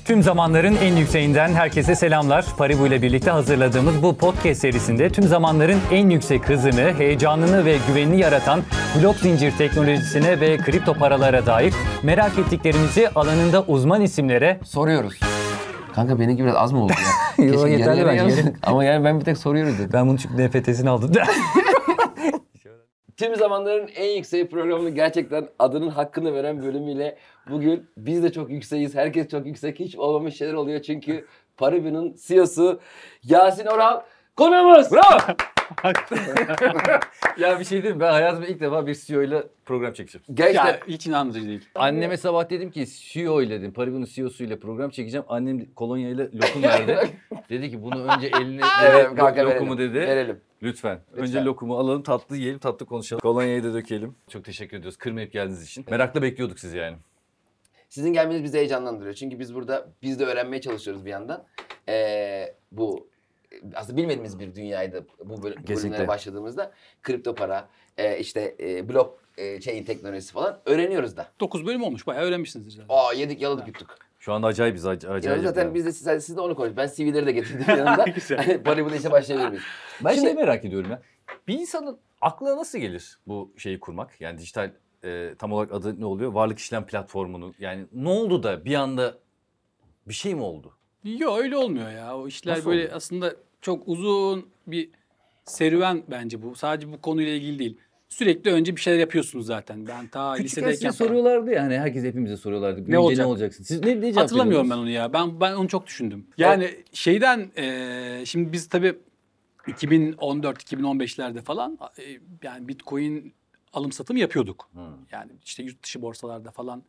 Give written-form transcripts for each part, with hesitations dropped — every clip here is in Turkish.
Tüm zamanların en yükseğinden herkese selamlar. Paribu ile birlikte hazırladığımız bu podcast serisinde tüm zamanların en yüksek hızını, heyecanını ve güvenini yaratan blok zincir teknolojisine ve kripto paralara dair merak ettiklerimizi alanında uzman isimlere soruyoruz. Kanka benimki biraz az mı oldu ya? Yo, yeterli bence. Ama yani ben bir tek soruyoruz dedim. Ben bunun çünkü NFT'sini aldım. Tüm zamanların en yüksek programını gerçekten adının hakkını veren bölümüyle bugün biz de çok yükseğiz. Herkes çok yüksek. Hiç olmamış şeyler oluyor çünkü Paribu'nun CEO'su Yasin Oral konuğumuz. Bravo! Ya bir şey diyeyim mi? Ben hayatımda ilk defa bir CEO ile program çekeceğim. Gerçekten. Ya hiç inandırıcı değil. Anneme sabah dedim ki CEO ile dedim. Paribu'nun CEO'su ile program çekeceğim. Annem kolonya ile lokum verdi. Dedi ki bunu önce eline Kanka, lokumu dedi. Verelim. Lütfen. Önce lokumu alalım, tatlı yiyelim, tatlı konuşalım. Kolonyayı da dökelim. Çok teşekkür ediyoruz kırmayıp geldiğiniz için. Merakla bekliyorduk sizi yani. Sizin gelmeniz bizi heyecanlandırıyor. Çünkü biz de öğrenmeye çalışıyoruz bir yandan. Bu aslında bilmediğimiz bir dünyaydı bu bölümlere başladığımızda. Kripto para, blok teknolojisi falan öğreniyoruz da. 9 bölüm olmuş. Bayağı öğrenmişsinizdir zaten. Yedik yaladık yuttuk. Şu anda acayibiz, acayip. Yani zaten biz de siz de onu konuştuk. Ben CV'leri de getirdim yanında. Hani Paribu'da işe başlayabilir miyiz? Ben şimdi merak ediyorum ya. Bir insanın aklına nasıl gelir bu şeyi kurmak? Yani dijital tam olarak adı ne oluyor? Varlık işlem platformunu. Yani ne oldu da bir anda bir şey mi oldu? Yok öyle olmuyor ya. O işler Nasıl böyle oluyor? aslında çok uzun bir serüven bence bu. Sadece bu konuyla ilgili değil. Sürekli önce bir şeyler yapıyorsunuz zaten. Ben ta Küçükken lisedeyken size soruyorlardı ya hani herkes hepimize soruyorlardı. Ne olacak? Ne olacaksın? Siz ne cevap hatırlamıyorum ben veriyordunuz? onu ya. Ben onu çok düşündüm. Yani şimdi biz tabii 2014-2015'lerde falan yani Bitcoin alım satım yapıyorduk. Yani işte yurt dışı borsalarda falan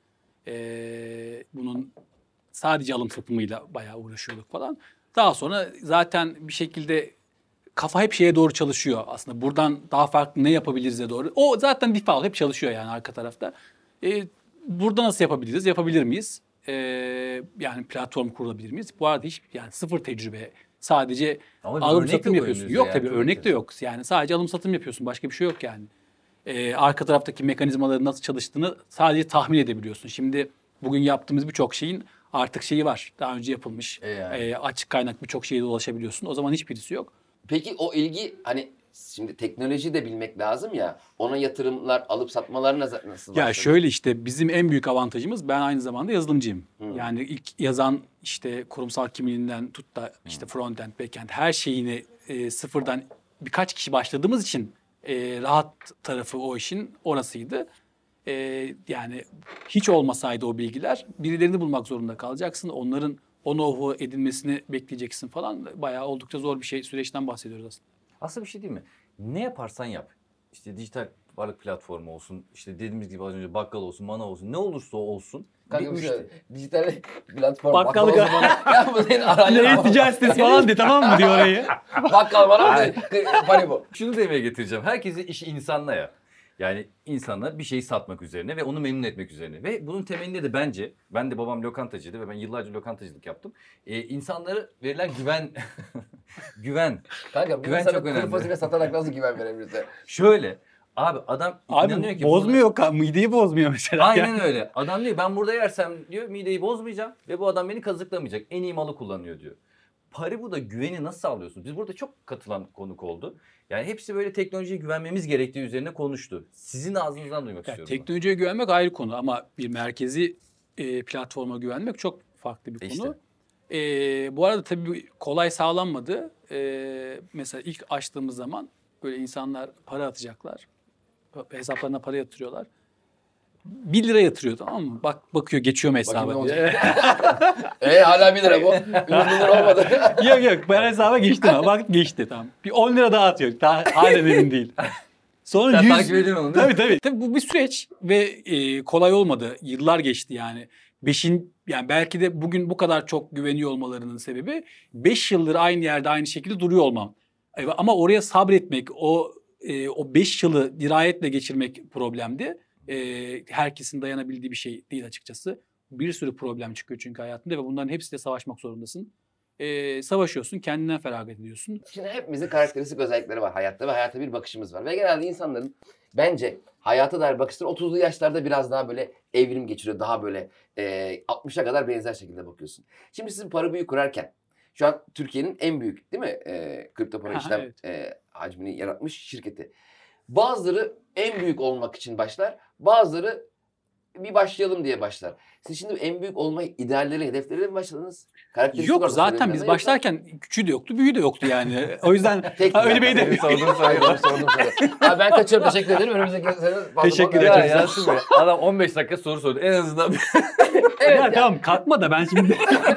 bunun sadece alım satımıyla bayağı uğraşıyorduk falan. Daha sonra zaten bir şekilde kafa hep şeye doğru çalışıyor aslında. Buradan daha farklı ne yapabiliriz'e doğru. O zaten default hep çalışıyor yani arka tarafta. Burada nasıl yapabiliriz? Yapabilir miyiz? Yani platform kurabilir miyiz? Bu arada hiç yani sıfır tecrübe. Sadece Ama alım örnek satım yok yapıyorsun. önünüzde Yok yani, tabii çok örnek de enteresan. yok. Yani sadece alım satım yapıyorsun. Başka bir şey yok yani. Arka taraftaki mekanizmaların nasıl çalıştığını sadece tahmin edebiliyorsun. Şimdi bugün yaptığımız birçok şeyin artık şeyi var. Daha önce yapılmış. Yani. Açık kaynak birçok şeye de ulaşabiliyorsun. O zaman hiçbirisi yok. Peki o ilgi hani şimdi teknoloji de bilmek lazım ya. Ona yatırımlar alıp satmalar nasıl başladı? Ya şöyle işte bizim en büyük avantajımız ben aynı zamanda yazılımcıyım. Yani ilk yazan işte kurumsal kimliğinden tut da işte frontend, backend her şeyini sıfırdan birkaç kişi başladığımız için rahat tarafı o işin orasıydı. Yani hiç olmasaydı o bilgiler birilerini bulmak zorunda kalacaksın. Onların o know-how edinmesini bekleyeceksin falan. Bayağı oldukça zor bir süreçten bahsediyoruz aslında. Aslında bir şey değil mi? Ne yaparsan yap. İşte dijital varlık platformu olsun, işte dediğimiz gibi az önce bakkal olsun, manav olsun, ne olursa olsun. Kanka bir bir müşteri- şey, dijital platform Bakkalı- bakkal o zaman ya bu senin arayla ticaret sitesi falan de tamam mı diyor orayı. bakkal bana Paribu. Şunu demeye getireceğim. Herkesin işi insanla ya. Yani insanlar bir şeyi satmak üzerine ve onu memnun etmek üzerine. Ve bunun temelinde de bence, ben de babam lokantacıydı ve ben yıllarca lokantacılık yaptım. İnsanlara verilen güven. Kanka Güven sana çok kuru önemli. fasulye satarak nasıl güven verebilirsin? Şöyle, abi adam inanıyor Abi ki... bozmuyor, mideyi bozmuyor mesela. Aynen öyle. Adam diyor ben burada yersem diyor mideyi bozmayacağım ve bu adam beni kazıklamayacak. En iyi malı kullanıyor diyor. Paribu'da güveni nasıl sağlıyorsunuz? Biz burada çok katılan konuk oldu. Yani hepsi böyle teknolojiye güvenmemiz gerektiği üzerine konuştu. Sizin ağzınızdan duymak Yani istiyorum. teknolojiye güvenmek ayrı konu ama bir merkezi platforma güvenmek çok farklı bir İşte. konu. Bu arada tabii kolay sağlanmadı. Mesela ilk açtığımız zaman böyle insanlar para atacaklar. Hesaplarına para yatırıyorlar. 1 lira yatırıyor tamam mı? Bakıyor geçiyor mu hesaba Bakayım ne diye. hala 1 lira bu. 100 lira olmadı. Yok ben hesaba geçtim ama bak geçti tamam. Bir 10 lira daha atıyor. Daha halen emin değil. Sonra Sen 100... takip ediyorsun onu değil mi? Tabii bu bir süreç ve kolay olmadı. Yıllar geçti yani. Yani belki de bugün bu kadar çok güveniyor olmalarının sebebi 5 yıldır aynı yerde aynı şekilde duruyor olmam. Ama oraya sabretmek, o 5 yılı dirayetle geçirmek problemdi. Herkesin dayanabildiği bir şey değil açıkçası. Bir sürü problem çıkıyor çünkü hayatında ve bunların hepsiyle savaşmak zorundasın. Savaşıyorsun, kendinden feragat ediyorsun. Şimdi hepimizin karakteristik özellikleri var hayatta ve hayata bir bakışımız var. Ve genelde insanların bence hayata dair bakışları 30'lu yaşlarda biraz daha böyle evrim geçiriyor. Daha böyle 60'a kadar benzer şekilde bakıyorsun. Şimdi sizin para büyük kurarken şu an Türkiye'nin en büyük değil mi kripto para işlem hacmini yaratmış şirketi. Bazıları en büyük olmak için başlar. Bazıları bir başlayalım diye başlar. Siz şimdi en büyük olma idealleri, hedefleriyle mi başladınız? Yok zaten biz başlarken küçüğü de yoktu, büyüğü de yoktu yani. O yüzden öyle bir hedef. Sordum. Abi ben kaçıyorum, teşekkür ederim. Önümüzdeki sene teşekkür ederim. Yasin Bey, adam 15 dakika soru sordu. En azından evet ya. Tamam kalkma da ben şimdi.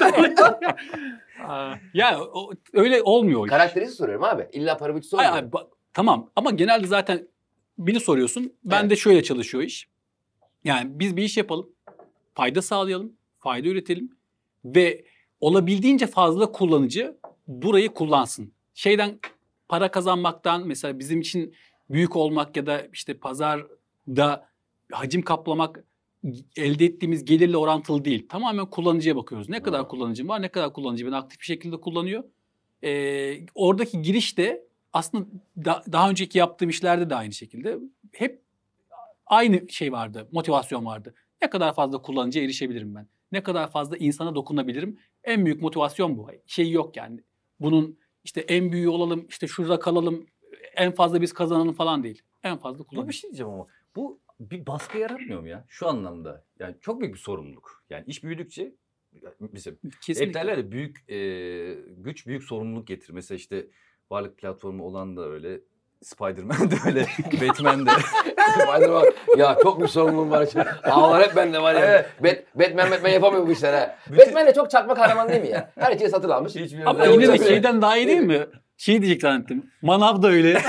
Ya öyle olmuyor. Karakterisi soruyorum abi. İlla para bütçesi sormuyorum. Tamam ama genelde zaten beni soruyorsun. Ben de şöyle çalışıyor iş. Yani biz bir iş yapalım. Fayda sağlayalım. Fayda üretelim. Ve olabildiğince fazla kullanıcı burayı kullansın. Para kazanmaktan mesela bizim için büyük olmak ya da işte pazarda hacim kaplamak elde ettiğimiz gelirle orantılı değil. Tamamen kullanıcıya bakıyoruz. Ne kadar kullanıcım var, ne kadar kullanıcı beni aktif bir şekilde kullanıyor. Oradaki giriş de aslında daha önceki yaptığım işlerde de aynı şekilde hep aynı şey vardı, motivasyon vardı. Ne kadar fazla kullanıcıya erişebilirim ben? Ne kadar fazla insana dokunabilirim? En büyük motivasyon bu. Yok yani. Bunun işte en büyüğü olalım, işte şurada kalalım, en fazla biz kazanalım falan değil. En fazla kullanıcı. Bu bir şey diyeceğim ama bu bir baskı yaratmıyor mu ya? Şu anlamda. Yani çok büyük bir sorumluluk. Yani iş büyüdükçe mesela hep derler ya büyük güç büyük sorumluluk getirir. Mesela işte varlık platformu olan da öyle. Spider-Man de öyle. Batman de. Spider-Man. Ya çok bir sorumluluğum var. Ağlar hep bende var ya. Evet. Batman yapamıyor bu işler ha. Batman de çok çakma kahraman değil mi ya? Her şeyi satın almış. Ama yine de şeyden daha iyi değil mi? Diyecek zannettim. Manav da öyle.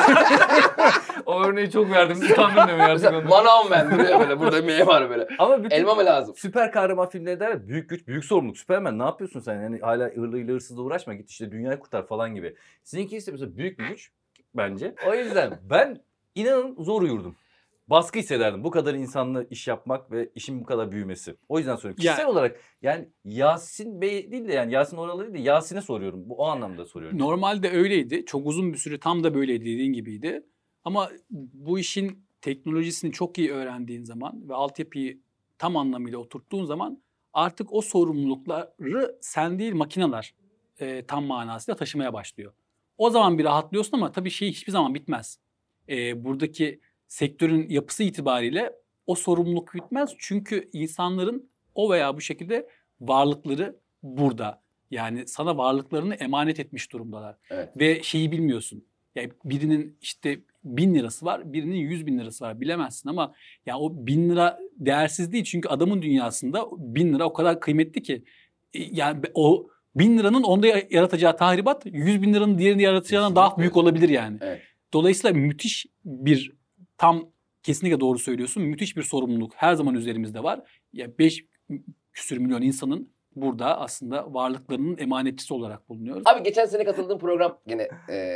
O örneği çok verdim. Utandım artık onu. Manav ben. Duruyor böyle. Burada meyve var böyle. Ama elma mı lazım? Süper kahraman filmleri der ya, büyük güç, büyük sorumluluk. Süpermen ne yapıyorsun sen? Yani hala hırsızla uğraşma. Git işte dünyayı kurtar falan gibi. Sizinki ise mesela büyük bir güç bence. O yüzden ben inanın zor uyurdum. Baskı hissederdim. Bu kadar insanla iş yapmak ve işin bu kadar büyümesi. O yüzden soruyorum. Kişisel olarak yani Yasin Bey değil de yani Yasin Oralı değil de Yasin'e soruyorum. O anlamda soruyorum. Normalde öyleydi. Çok uzun bir süre tam da böyleydi dediğin gibiydi. Ama bu işin teknolojisini çok iyi öğrendiğin zaman ve altyapıyı tam anlamıyla oturttuğun zaman artık o sorumlulukları sen değil makineler tam manasıyla taşımaya başlıyor. O zaman bir rahatlıyorsun ama tabii hiçbir zaman bitmez. Buradaki sektörün yapısı itibariyle o sorumluluk bitmez. Çünkü insanların o veya bu şekilde varlıkları burada. Yani sana varlıklarını emanet etmiş durumdalar. Evet. Ve bilmiyorsun. Yani birinin işte 1000 lirası var, birinin 100.000 lirası var. Bilemezsin ama ya o 1000 lira değersiz değil. Çünkü adamın dünyasında 1000 lira o kadar kıymetli ki. Yani o 1000 liranın onda yaratacağı tahribat 100.000 liranın diğerini yaratacağından daha büyük olabilir yani. Evet. Dolayısıyla müthiş bir kesinlikle doğru söylüyorsun. Müthiş bir sorumluluk her zaman üzerimizde var. Ya 5 küsür milyon insanın burada aslında varlıklarının emanetçisi olarak bulunuyoruz. Abi geçen sene katıldığım program gene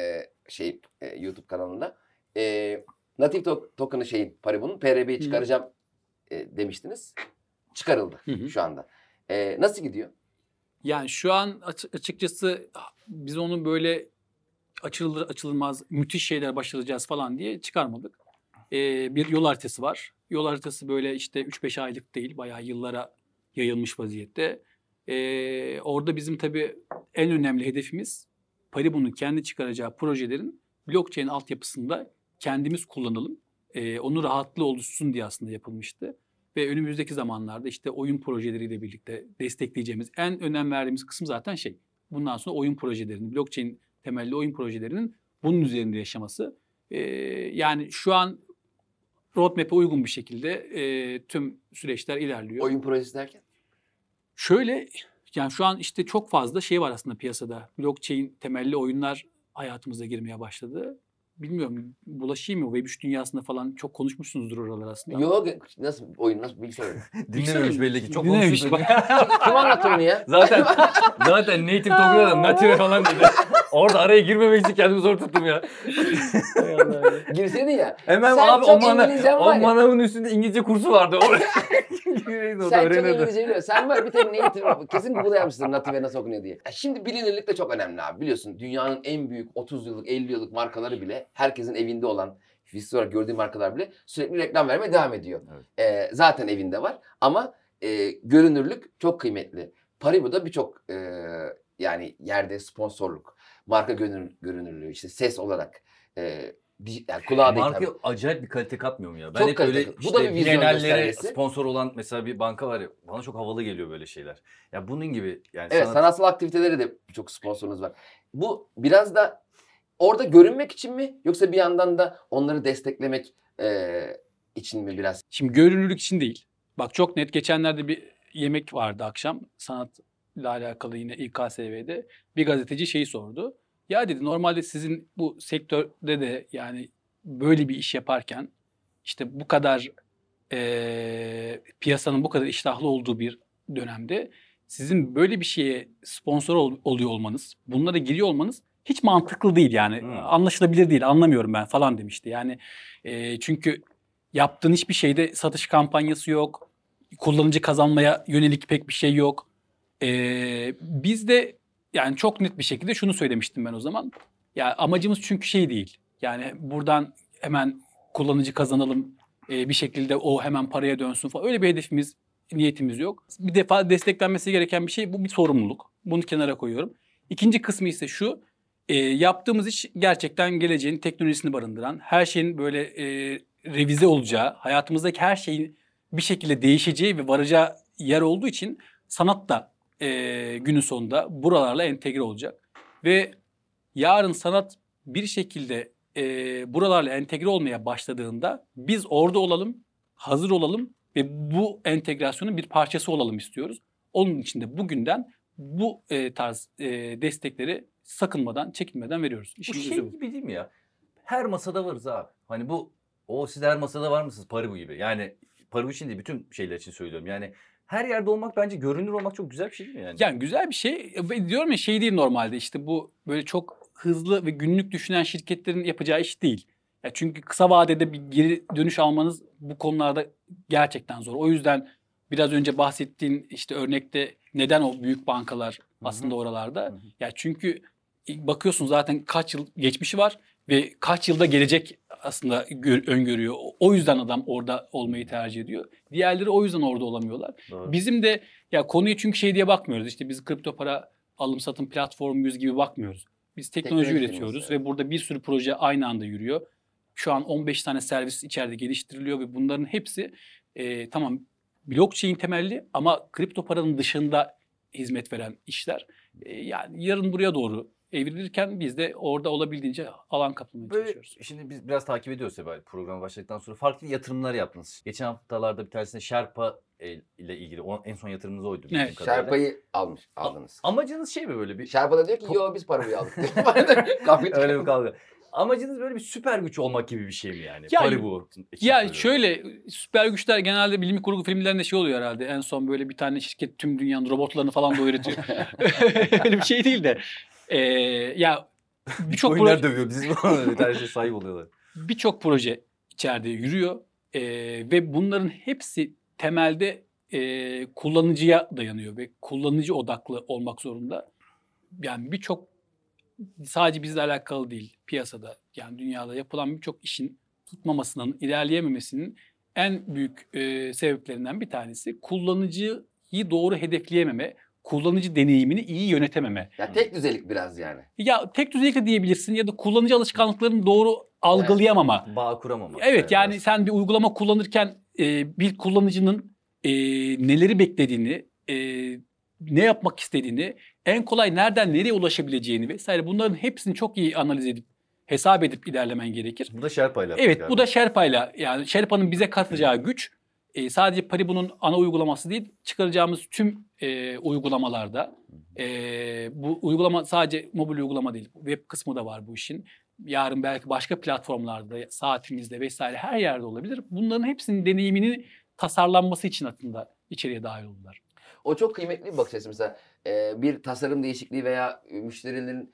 YouTube kanalında. Native token'ı Paribu'nun PRB'yi çıkaracağım demiştiniz. Çıkarıldı şu anda. Nasıl gidiyor? Yani şu an açıkçası biz onu böyle açılır açılmaz müthiş şeyler başaracağız falan diye çıkarmadık. Bir yol haritası var. Yol haritası böyle işte 3-5 aylık değil, bayağı yıllara yayılmış vaziyette. Orada bizim tabii en önemli hedefimiz Paribu'nun kendi çıkaracağı projelerin blockchain altyapısında kendimiz kullanalım. Onu rahatlığı oluşsun diye aslında yapılmıştı. Ve önümüzdeki zamanlarda işte oyun projeleriyle birlikte destekleyeceğimiz en önem verdiğimiz kısım zaten bundan sonra oyun projelerinin, blockchain temelli oyun projelerinin bunun üzerinde yaşaması. Yani şu an roadmap'e uygun bir şekilde tüm süreçler ilerliyor. Oyun projesi derken? Şöyle yani şu an işte çok fazla var aslında piyasada. Blockchain temelli oyunlar hayatımıza girmeye başladı. Bilmiyorum bulaşayım mı? Web3 dünyasında falan çok konuşmuşsunuzdur oralar aslında. Yok nasıl oyun nasıl bilgisayar oyunu? Dinlememiş belli ki. Çok dinlememiş. Kim anlattı onu ya? Zaten native token'da native falan dedi. Orada araya girmemek için kendimi zor tuttum ya. Girseydin ya. Hemen sen abi o manavın üstünde İngilizce kursu vardı. Sen çok İngilizce biliyorsun. Sen var bir tek native kesin Google'a yapmışsın native nasıl okunuyor diye. Şimdi bilinirlik de çok önemli abi. Biliyorsun dünyanın en büyük 30 yıllık 50 yıllık markaları bile herkesin evinde olan fiziksel olarak gördüğü markalar bile sürekli reklam vermeye devam ediyor. Zaten evinde var ama görünürlük çok kıymetli. Paribu'da birçok yani yerde sponsorluk, marka görünürlüğü, işte ses olarak yani kulağa da Marka hitap. acayip bir kalite katmıyor mu ya? Ben Çok hep böyle kalite. Bu da bir vizyon Biennallere göstergesi. sponsor olan mesela bir banka var ya, bana çok havalı geliyor böyle şeyler. Ya bunun gibi yani Evet, sanatsal aktivitelere de çok sponsorunuz var. Bu biraz da orada görünmek için mi yoksa bir yandan da onları desteklemek için mi biraz? Şimdi görünürlük için değil. Bak çok net geçenlerde bir yemek vardı akşam sanatla alakalı yine İKSV'de. Bir gazeteci şeyi sordu. Ya dedi normalde sizin bu sektörde de yani böyle bir iş yaparken işte bu kadar piyasanın bu kadar iştahlı olduğu bir dönemde sizin böyle bir şeye sponsor oluyor olmanız, bunlara giriyor olmanız hiç mantıklı değil yani. Anlaşılabilir değil, anlamıyorum ben falan demişti. Yani çünkü yaptığın hiçbir şeyde satış kampanyası yok. Kullanıcı kazanmaya yönelik pek bir şey yok. Biz de yani çok net bir şekilde şunu söylemiştim ben o zaman. Ya amacımız çünkü şey değil. Yani buradan hemen kullanıcı kazanalım, bir şekilde o hemen paraya dönsün falan. Öyle bir hedefimiz, niyetimiz yok. Bir defa desteklenmesi gereken bir şey, bu bir sorumluluk. Bunu kenara koyuyorum. İkinci kısmı ise şu. Yaptığımız iş gerçekten geleceğin teknolojisini barındıran, her şeyin böyle revize olacağı, hayatımızdaki her şeyin bir şekilde değişeceği ve varacağı yer olduğu için sanat da günün sonunda buralarla entegre olacak. Ve yarın sanat bir şekilde buralarla entegre olmaya başladığında biz orada olalım, hazır olalım ve bu entegrasyonun bir parçası olalım istiyoruz. Onun için de bugünden bu tarz destekleri sakınmadan, çekinmeden veriyoruz. Bu İşin şey özü bu. gibi değil mi ya? Her masada varız abi. Hani siz her masada var mısınız? Paribu gibi. Yani Paribu için değil, bütün şeyler için söylüyorum. Yani her yerde olmak, bence görünür olmak çok güzel bir şey değil mi yani? Yani güzel bir şey. Ve diyorum ya şey değil normalde, işte bu böyle çok hızlı ve günlük düşünen şirketlerin yapacağı iş değil. Ya çünkü kısa vadede bir geri dönüş almanız bu konularda gerçekten zor. O yüzden biraz önce bahsettiğin işte örnekte neden o büyük bankalar aslında oralarda? Ya çünkü bakıyorsun zaten kaç yıl geçmişi var ve kaç yılda gelecek aslında öngörüyor. O yüzden adam orada olmayı tercih ediyor. Diğerleri o yüzden orada olamıyorlar. Doğru. Bizim de ya konuya çünkü şey diye bakmıyoruz. İşte biz kripto para alım satım platformuyuz gibi bakmıyoruz. Biz teknoloji Teknoloji üretiyoruz firması, ve burada bir sürü proje aynı anda yürüyor. Şu an 15 tane servis içeride geliştiriliyor ve bunların hepsi tamam blockchain temelli ama kripto paranın dışında hizmet veren işler. Yani yarın buraya doğru evrilirken biz de orada olabildiğince alan kaplamaya Böyle, çalışıyoruz. şimdi biz biraz takip ediyoruz ya programa başladıktan sonra farklı yatırımlar yaptınız. Geçen haftalarda bir tanesinde Sherpa ile ilgili en son yatırımınız oydu. Evet. Şerpayı aldınız. Amacınız şey mi böyle bir? Şerpa da diyor ki yo biz Paribu'yu aldık. Öyle bir kavga. Amacınız böyle bir süper güç olmak gibi bir şey mi yani? Ya- Paribu için Ya söylüyorum. şöyle süper güçler genelde bilim kurgu filmlerinde şey oluyor herhalde. En son böyle bir tane şirket tüm dünyanın robotlarını falan da öğretiyor. Öyle bir şey değil de. Ya birçok Oyunlar proje, dövüyor bizi falan. Bir tane şey sahip oluyorlar. birçok proje içeride yürüyor. Ve bunların hepsi temelde kullanıcıya dayanıyor ve kullanıcı odaklı olmak zorunda. Yani birçok sadece bizle alakalı değil, piyasada yani dünyada yapılan birçok işin tutmamasının, ilerleyememesinin en büyük sebeplerinden bir tanesi kullanıcıyı doğru hedefleyememe, kullanıcı deneyimini iyi yönetememe. Ya tek düzelik biraz yani. Ya tek düzelikle diyebilirsin ya da kullanıcı alışkanlıklarını doğru algılayamama. Bağ kuramamak. Evet yani biraz. sen bir uygulama kullanırken bir kullanıcının neleri beklediğini, ne yapmak istediğini, en kolay nereden nereye ulaşabileceğini vesaire bunların hepsini çok iyi analiz edip hesap edip ilerlemen gerekir. Bu da Sherpa'yla. Evet bu da Sherpa'yla yani Sherpa'nın bize katacağı güç sadece Paribu'nun ana uygulaması değil çıkaracağımız tüm uygulamalarda bu uygulama sadece mobil uygulama değil web kısmı da var bu işin. Yarın belki başka platformlarda saatimizde vesaire her yerde olabilir. Bunların hepsinin deneyimini tasarlanması için aslında içeriye dahil oldular. O çok kıymetli bir bakış açısı. Mesela bir tasarım değişikliği veya müşterinin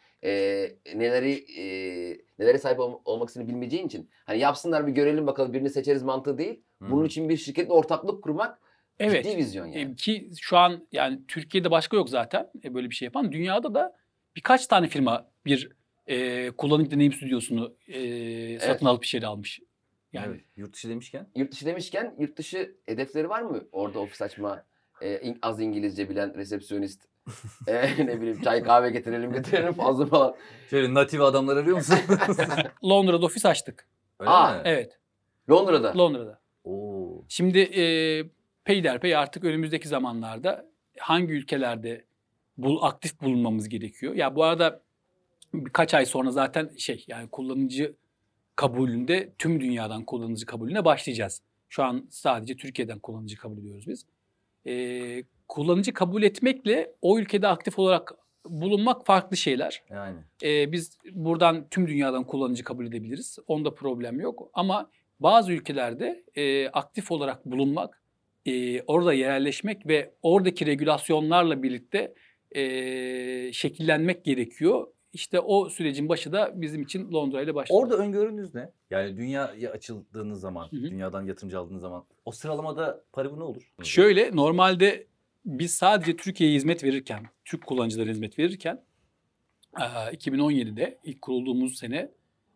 nelere sahip olmak istediğini bilmeyeceğin için hani yapsınlar bir görelim bakalım birini seçeriz mantığı değil. Bunun için bir şirketle ortaklık kurmak ciddi vizyon yani. Ki şu an yani Türkiye'de başka yok zaten böyle bir şey yapan. Dünyada da birkaç tane firma bir kullanıcı deneyim stüdyosunu satın alıp içeri almış. Yani Evet, yurt dışı demişken. Yurt dışı demişken yurt dışı hedefleri var mı? Orada ofis açma, az İngilizce bilen resepsiyonist, ne bileyim çay kahve getirelim fazla falan. Şöyle native adamlar arıyor musun? Londra'da ofis açtık. Öyle Aa, mi? Evet, Londra'da. Oo. Şimdi peyderpey artık önümüzdeki zamanlarda hangi ülkelerde aktif bulunmamız gerekiyor? Ya bu arada birkaç ay sonra zaten yani kullanıcı kabulünde tüm dünyadan kullanıcı kabulüne başlayacağız. Şu an sadece Türkiye'den kullanıcı kabul ediyoruz biz. Kullanıcı kabul etmekle o ülkede aktif olarak bulunmak farklı şeyler. Yani. Biz buradan tüm dünyadan kullanıcı kabul edebiliriz. Onda problem yok. Ama bazı ülkelerde aktif olarak bulunmak, orada yerleşmek ve oradaki regülasyonlarla birlikte şekillenmek gerekiyor. İşte o sürecin başı da bizim için Londra ile başladı. Orada öngörünüz ne? Yani dünyaya açıldığınız zaman, dünyadan yatırımcı aldığınız zaman o sıralamada Paribu ne olur? Şöyle, normalde biz sadece Türkiye'ye hizmet verirken, Türk kullanıcılara hizmet verirken 2017'de ilk kurulduğumuz sene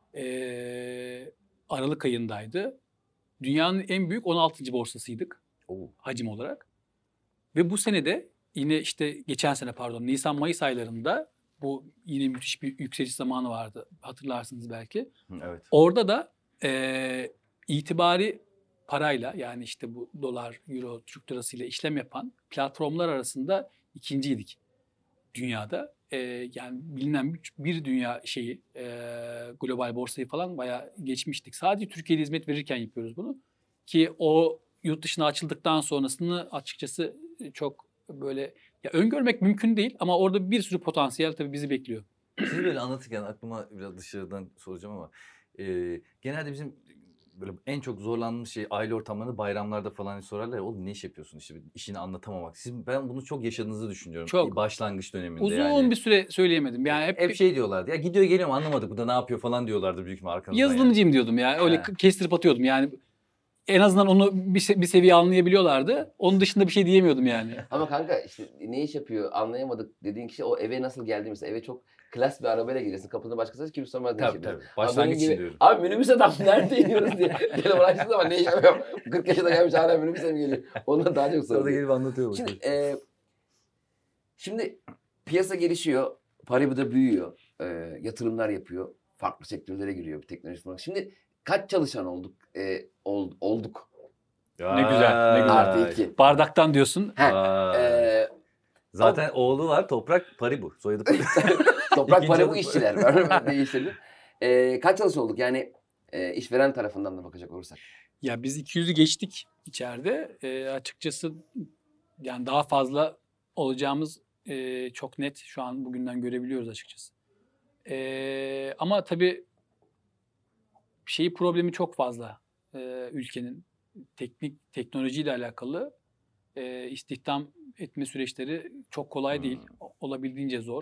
Aralık ayındaydı. Dünyanın en büyük 16. borsasıydık hacim olarak. Ve bu sene de yine geçen sene Nisan-Mayıs aylarında bu yine müthiş bir yükseliş zamanı vardı. Hatırlarsınız belki. Evet. Orada da itibari parayla yani bu dolar, euro, Türk lirası ile işlem yapan platformlar arasında ikinciydik dünyada. Yani bilinen bir dünya global borsayı falan bayağı geçmiştik. Sadece Türkiye'de hizmet verirken yapıyoruz bunu. Ki o yurt dışına açıldıktan sonrasını açıkçası çok böyle öngörmek mümkün değil ama orada bir sürü potansiyel tabii bizi bekliyor. Siz böyle anlatırken aklıma biraz dışarıdan soracağım ama genelde bizim böyle en çok zorlandığımız aile ortamlarında bayramlarda falan sorarlar ya, oğlum ne iş yapıyorsun işini anlatamamak. Ben bunu çok yaşadığınızı düşünüyorum. Çok. Başlangıç döneminde Uzun bir süre söyleyemedim. Yani hep diyorlardı ya, gidiyor geliyor anlamadık bu da ne yapıyor falan diyorlardı büyük ihtimalle arkanızdan. Yazılımcıyım diyordum ya. Öyle kestirip atıyordum yani. En azından onu bir seviye anlayabiliyorlardı. Onun dışında bir şey diyemiyordum yani. Ama kanka ne iş yapıyor anlayamadık dediğin kişi o eve nasıl geldi mesela, eve çok klas bir arabayla geliyorsun. Kapında başkası kimse sormaz ne iş yapıyor. Tabii. Başlangıç için diyorum. Abi minibüs adam nerede iniyoruz diye. Telefon açtığı zaman ne iş yapıyor? 40 yaşına gelmiş hala minibüse mi geliyor? Ondan daha çok Sonra soruyor. gelip anlatıyor. Şimdi piyasa gelişiyor. Paribu da büyüyor. Yatırımlar yapıyor. Farklı sektörlere giriyor teknoloji falan. Şimdi kaç çalışan olduk? Olduk. Ne güzel. Ne güzel. Artı 2. Bardaktan diyorsun. Zaten oğlu var, Toprak Paribu. Soyadı Paribu. Toprak Paribu işçiler. Ben değiştirdim. Kaç çalışan olduk? Yani işveren tarafından da bakacak olursak. Ya biz 200'ü geçtik içeride. Açıkçası yani daha fazla olacağımız çok net şu an bugünden görebiliyoruz açıkçası. Ama tabii problemi çok fazla ülkenin teknolojiyle alakalı istihdam etme süreçleri çok kolay değil. Olabildiğince zor.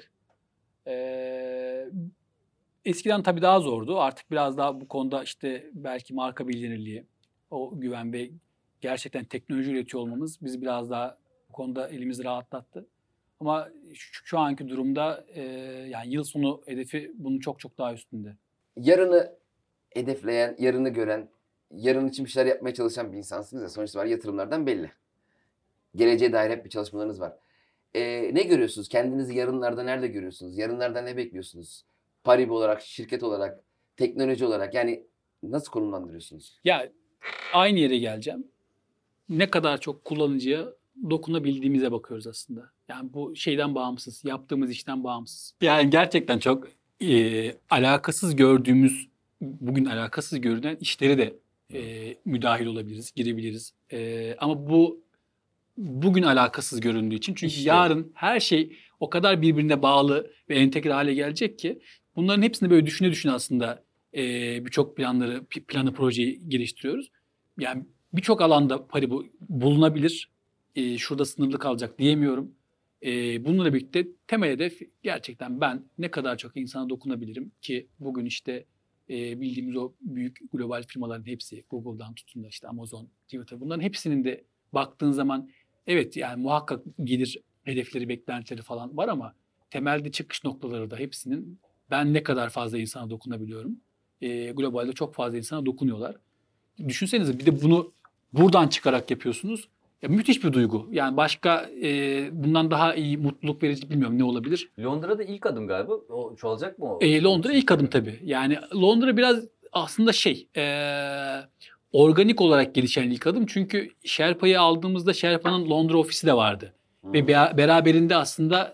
Eskiden tabii daha zordu. Artık biraz daha bu konuda belki marka bilinirliği, o güven ve gerçekten teknoloji üretiyor olmamız bizi biraz daha bu konuda elimizi rahatlattı. Ama şu anki durumda yani yıl sonu hedefi bunun çok çok daha üstünde. Yarını hedefleyen, yarını gören, yarın için bir şeyler yapmaya çalışan bir insansınız ya. Sonuç itibariyle yatırımlardan belli. Geleceğe dair hep bir çalışmalarınız var. Ne görüyorsunuz? Kendinizi yarınlarda nerede görüyorsunuz? Yarınlardan ne bekliyorsunuz? Paribu olarak, şirket olarak, teknoloji olarak yani nasıl konumlandırıyorsunuz? Ya aynı yere geleceğim. Ne kadar çok kullanıcıya dokunabildiğimize bakıyoruz aslında. Yani bu şeyden bağımsız, yaptığımız işten bağımsız. Yani gerçekten çok alakasız gördüğümüz, bugün alakasız görünen işleri de müdahil olabiliriz, girebiliriz. Ama bugün alakasız göründüğü için. Çünkü yarın her şey o kadar birbirine bağlı ve entegre hale gelecek ki bunların hepsini böyle düşüne aslında birçok planı, projeyi geliştiriyoruz. Yani birçok alanda Paribu bulunabilir. Şurada sınırlı kalacak diyemiyorum. Bununla birlikte temel hedef gerçekten ben ne kadar çok insana dokunabilirim ki bugün bildiğimiz o büyük global firmaların hepsi, Google'dan tutun da Amazon, Twitter, bunların hepsinin de baktığın zaman evet yani muhakkak gelir hedefleri, beklentileri falan var ama temelde çıkış noktaları da hepsinin ben ne kadar fazla insana dokunabiliyorum. Globalde çok fazla insana dokunuyorlar. Düşünsenize bir de bunu buradan çıkarak yapıyorsunuz. Ya, müthiş bir duygu. Yani başka bundan daha iyi, mutluluk verici bilmiyorum ne olabilir. Londra'da ilk adım galiba. O çoğalacak mı o? Londra ilk adım tabii. Yani Londra biraz aslında organik olarak gelişen ilk adım. Çünkü Sherpa'yı aldığımızda Sherpa'nın Londra ofisi de vardı. Ve beraberinde aslında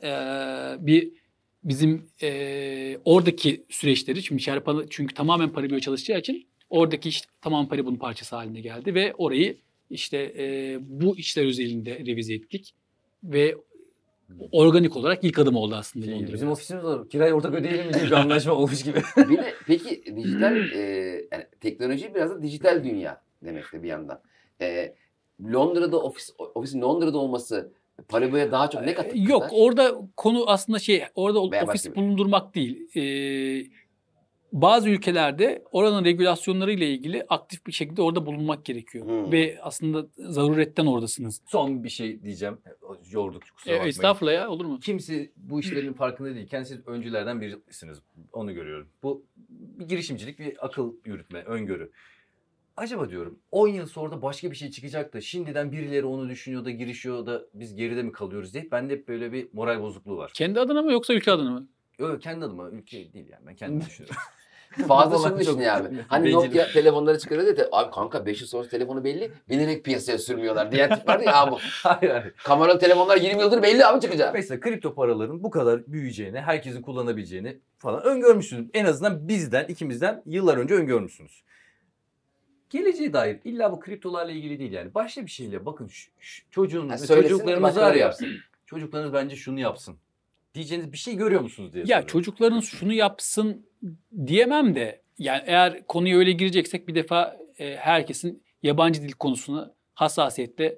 bizim oradaki süreçleri, şimdi Sherpa çünkü tamamen Paribu'ya çalışacağı için oradaki iş tamamen Paribu'nun parçası haline geldi ve orayı işte bu işler özelinde revize ettik ve organik olarak ilk adım oldu aslında Londra'da. Bizim ofisimiz var. Kirayı ortak ödeyelim mi diye bir anlaşma olmuş gibi. Bir de peki dijital yani teknoloji biraz da dijital dünya demek de bir yandan. Londra'da ofisin Londra'da olması Paribu'ya daha çok ne katkı Yok, katar? orada konu aslında orada Veya ofis başka bir- bulundurmak değil. Bazı ülkelerde oranın regülasyonları ile ilgili aktif bir şekilde orada bulunmak gerekiyor. Ve aslında zaruretten oradasınız. Son bir şey diyeceğim. Yorduk, kusura bakmayın. Estağfurullah ya, olur mu? Kimse bu işlerin farkında değil. Siz öncülerden birisiniz. Onu görüyorum. Bu bir girişimcilik, bir akıl yürütme, öngörü. Acaba diyorum 10 yıl sonra da başka bir şey çıkacak da şimdiden birileri onu düşünüyor da girişiyor da biz geride mi kalıyoruz diye bende hep böyle bir moral bozukluğu var. Kendi adına mı yoksa ülke adına mı? Yok, kendi adıma, ülke değil yani, ben kendim düşünüyorum. Fazla Vallahi şunu düşün çok abi. Hani bencil. Nokia telefonları çıkarıyor dedi. Abi kanka 5 yıl sonra telefonu belli. Bilerek piyasaya sürmüyorlar diyen tip vardı ya abi. Hayır hayır. Kameralı telefonlar 20 yıldır belli abi çıkacak. Mesela kripto paraların bu kadar büyüyeceğini, herkesin kullanabileceğini falan öngörmüşsünüz. En azından bizden, ikimizden yıllar önce öngörmüşsünüz. Geleceğe dair illa bu kriptolarla ilgili değil yani. Başka bir şeyle bakın çocuklarımız var ya. yapsın. Çocuklarınız bence şunu yapsın diyeceğiniz bir şey görüyor musunuz diye Ya soruyorum. çocukların şunu yapsın diyemem de, yani eğer konuya öyle gireceksek bir defa herkesin yabancı dil konusuna hassasiyetle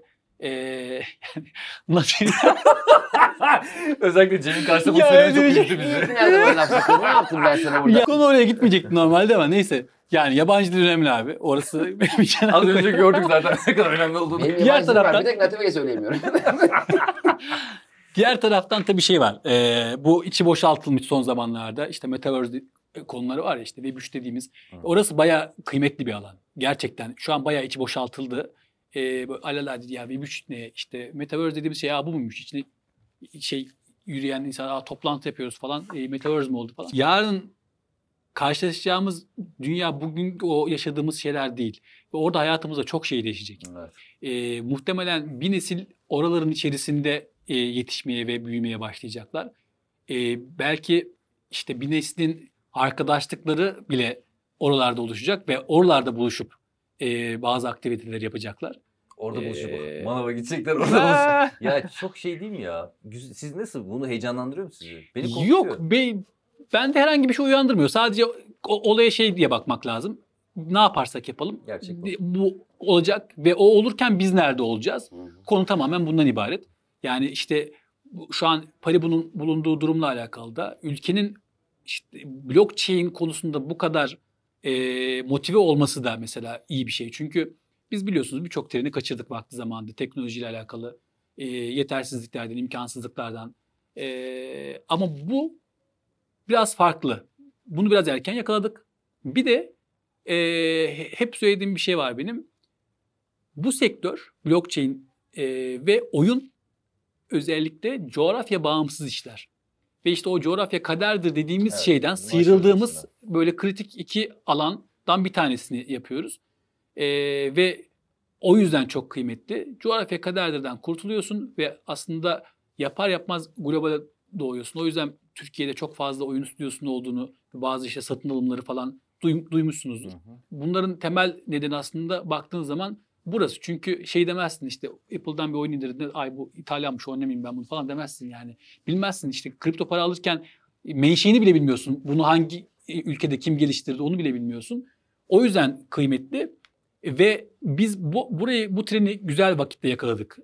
nasıl Özellikle Cem'in karşısında bu Ya söylemi çok öyle üzdü bizi. Nerede böyle laf sokuyor? Ne yaptım ben sana burada? Ya, konu oraya gitmeyecekti normalde ama neyse. Yani yabancı dil önemli abi. Orası benim için. Az önce gördük zaten ne kadar önemli olduğunu. Benim Diğer yabancı var. taraftan- Bir tek Natife'ye söyleyemiyorum. Diğer taraftan tabii şey var. Bu içi boşaltılmış son zamanlarda. İşte Metaverse konuları var ya, işte Web3 dediğimiz. Orası bayağı kıymetli bir alan. Gerçekten şu an bayağı içi boşaltıldı. Böyle alelade ya Web3 ne, işte Metaverse dediğimiz şey ya bu muymuş? İçine yürüyen insan, toplantı yapıyoruz falan. Metaverse mi oldu falan. Yarın karşılaşacağımız dünya bugün o yaşadığımız şeyler değil. Ve orada hayatımızda çok şey değişecek. Evet. Muhtemelen bir nesil oraların içerisinde yetişmeye ve büyümeye başlayacaklar. Belki işte bir neslin arkadaşlıkları bile oralarda oluşacak ve oralarda buluşup bazı aktiviteler yapacaklar. Orada buluşup Ee, manava gidecekler orada buluşup. Ya çok şey değil mi ya? Siz nasıl? Bunu heyecanlandırıyor mu sizi? Beni korkutuyor. Yok, bende herhangi bir şey uyandırmıyor. Sadece olaya diye bakmak lazım. Ne yaparsak yapalım. Gerçekten. Bu olacak ve o olurken biz nerede olacağız? Konu tamamen bundan ibaret. Yani işte şu an Paribu'nun bulunduğu durumla alakalı da ülkenin işte blockchain konusunda bu kadar motive olması da mesela iyi bir şey. Çünkü biz biliyorsunuz birçok treni kaçırdık vakti zamanında teknolojiyle alakalı yetersizliklerden, imkansızlıklardan. Ama bu biraz farklı. Bunu biraz erken yakaladık. Bir de hep söylediğim bir şey var benim. Bu sektör, blockchain ve oyun özellikle coğrafya bağımsız işler. Ve işte o coğrafya kaderdir dediğimiz Evet, şeyden başlı sıyrıldığımız başına. böyle kritik iki alandan bir tanesini yapıyoruz. Ve o yüzden çok kıymetli. Coğrafya kaderdirden kurtuluyorsun ve aslında yapar yapmaz globale doğuyorsun. O yüzden Türkiye'de çok fazla oyun stüdyosunun olduğunu, bazı işte satın alımları falan duymuşsunuzdur. Bunların temel nedeni aslında baktığın zaman burası. Çünkü demezsin işte Apple'dan bir oyun indirdiğinde ay bu İtalyanmış oynamayayım ben bunu falan demezsin yani. Bilmezsin işte kripto para alırken menşeini bile bilmiyorsun. Bunu hangi ülkede kim geliştirdi onu bile bilmiyorsun. O yüzden kıymetli ve biz bu treni güzel vakitte yakaladık.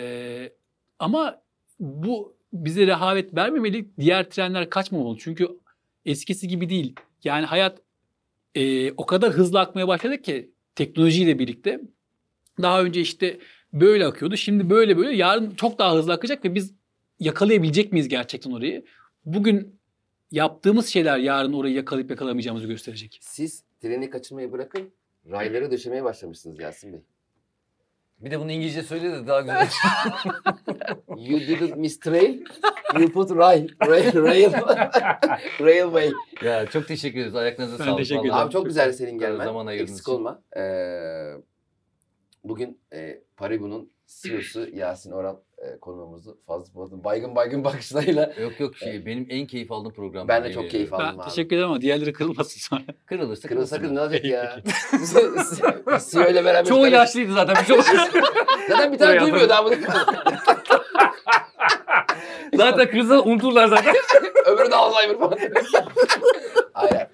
Ama bu bize rehavet vermemeli, diğer trenler kaçmamalı. Çünkü eskisi gibi değil. Yani hayat o kadar hızlı akmaya başladı ki teknolojiyle birlikte. Daha önce işte böyle akıyordu. Şimdi böyle yarın çok daha hızlı akacak ve biz yakalayabilecek miyiz gerçekten orayı? Bugün yaptığımız şeyler yarın orayı yakalayıp yakalamayacağımızı gösterecek. Siz treni kaçırmayı bırakın. Rayları döşemeye başlamışsınız Yasin Bey. Bir de bunu İngilizce söyle de daha güzel. You didn't miss trail. You put railway. Ya çok teşekkür ederiz. Ayaklarınıza Ben sağlık. teşekkür vallahi. ederim. Abi çok güzel senin gelmen. Zaman ayırdığınız Eksik için. olma. Bugün Paribu'nun CEO'su Yasin Oral konuğumuzu fazla baygın bakışlarıyla. Yok benim en keyif aldığım program. Ben de çok keyif aldım Ben abi. teşekkür ederim ama diğerleri kırılmasın sonra. Kırılırsa Kırılsa kırıl ne olacak Peki, ya? CEO ile beraber. Çoğu yaşlıydı zaten. Bir şey olmaz. Zaten bir tane Öyle duymuyor daha bunu. Zaten kırılsa unuturlar zaten. Öbürü de Alzheimer falan. Aynen.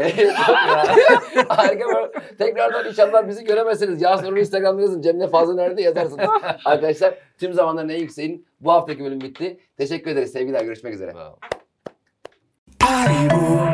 Harika. Tekrardan inşallah bizi göremezseniz Yasin Oral'ı Instagram'da yazın. Cemile Fazla nerede yazarsınız. Arkadaşlar tüm zamanların en yükseğin bu haftaki bölüm bitti. Teşekkür ederiz. Sevgiler. Görüşmek üzere. Wow. Paribu.